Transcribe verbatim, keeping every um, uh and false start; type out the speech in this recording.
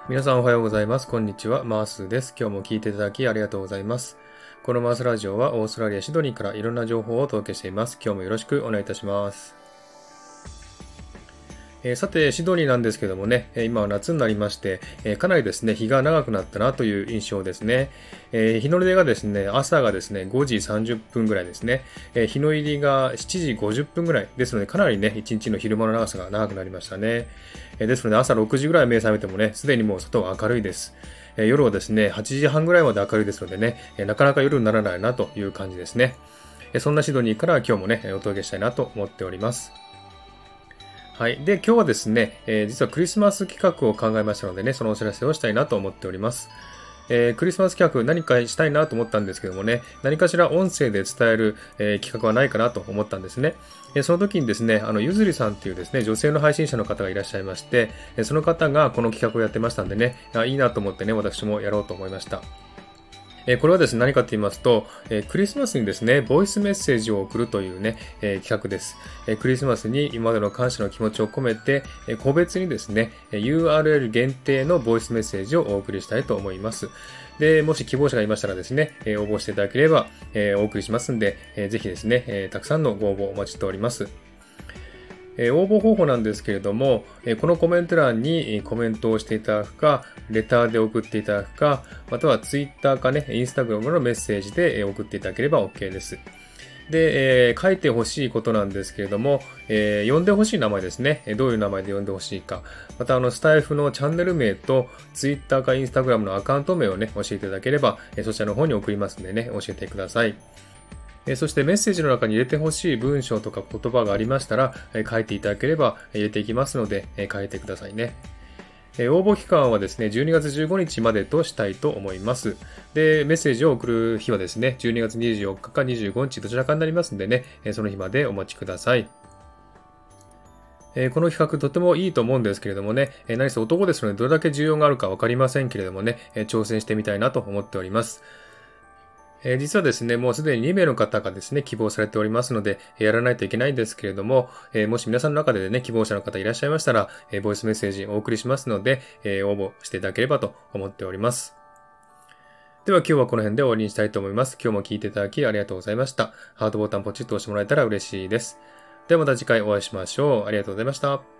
皆さんおはようございます。こんにちは。マースです。今日も聞いていただきありがとうございます。このマースラジオはオーストラリア・シドニーからいろんな情報をお届けしています。今日もよろしくお願いいたします。えー、さて、シドニーなんですけどもね、今は夏になりまして、えー、かなりですね、日が長くなったなという印象ですね。えー、日の出がですね、朝がですね、ごじさんじゅっぷんぐらいですね、えー、日の入りがしちじごじゅっぷんぐらいですので、かなりね、一日の昼間の長さが長くなりましたね。えー、ですので、朝ろくじぐらい目覚めてもね、すでにもう外は明るいです。えー、夜はですね、はちじはんぐらいまで明るいですのでね、えー、なかなか夜にならないなという感じですね。えー、そんなシドニーから今日もね、お届けしたいなと思っております。はい。で、今日はですね、えー、実はクリスマス企画を考えましたのでね、そのお知らせをしたいなと思っております。えー、クリスマス企画何かしたいなと思ったんですけどもね、何かしら音声で伝える、えー、企画はないかなと思ったんですね。えー、その時にですね、あの、ゆずりさんっていうですね、女性の配信者の方がいらっしゃいまして、えー、その方がこの企画をやってましたんでね、あ、いいなと思ってね、私もやろうと思いました。えー、これはですね、何かと言いますと、えー、クリスマスにですね、ボイスメッセージを送るというね、えー、企画です、えー。クリスマスに今までの感謝の気持ちを込めて、えー、個別にですね、ユーアールエル 限定のボイスメッセージをお送りしたいと思います。で、もし希望者がいましたらですね、えー、応募していただければ、えー、お送りしますんで、えー、ぜひですね、えー、たくさんのご応募お待ちしております。えー、応募方法なんですけれども、えー、このコメント欄にコメントをしていただくか、レターで送っていただくか、またはツイッターかね、インスタグラムのメッセージで送っていただければ OK です。で、えー、書いてほしいことなんですけれども、えー、呼んでほしい名前ですね。どういう名前で呼んでほしいか。また、あの、スタイフのチャンネル名と、ツイッターかインスタグラムのアカウント名をね、教えていただければ、そちらの方に送りますんでね、教えてください。そしてメッセージの中に入れてほしい文章とか言葉がありましたら、書いていただければ入れていきますので、書いてくださいね。応募期間はですね、じゅうにがつじゅうごにちまでとしたいと思います。で、メッセージを送る日はですね、じゅうにがつにじゅうよっかかにじゅうごにちどちらかになりますんでね、その日までお待ちください。この企画とてもいいと思うんですけれどもね、何せ男ですのでどれだけ需要があるかわかりませんけれどもね、挑戦してみたいなと思っております。えー、実はですね、もうすでににめいの方がですね、希望されておりますので、やらないといけないんですけれども、えー、もし皆さんの中でね、希望者の方いらっしゃいましたら、えー、ボイスメッセージをお送りしますので、えー、応募していただければと思っております。では今日はこの辺で終わりにしたいと思います。今日も聞いていただきありがとうございました。ハートボタンポチッと押してもらえたら嬉しいです。ではまた次回お会いしましょう。ありがとうございました。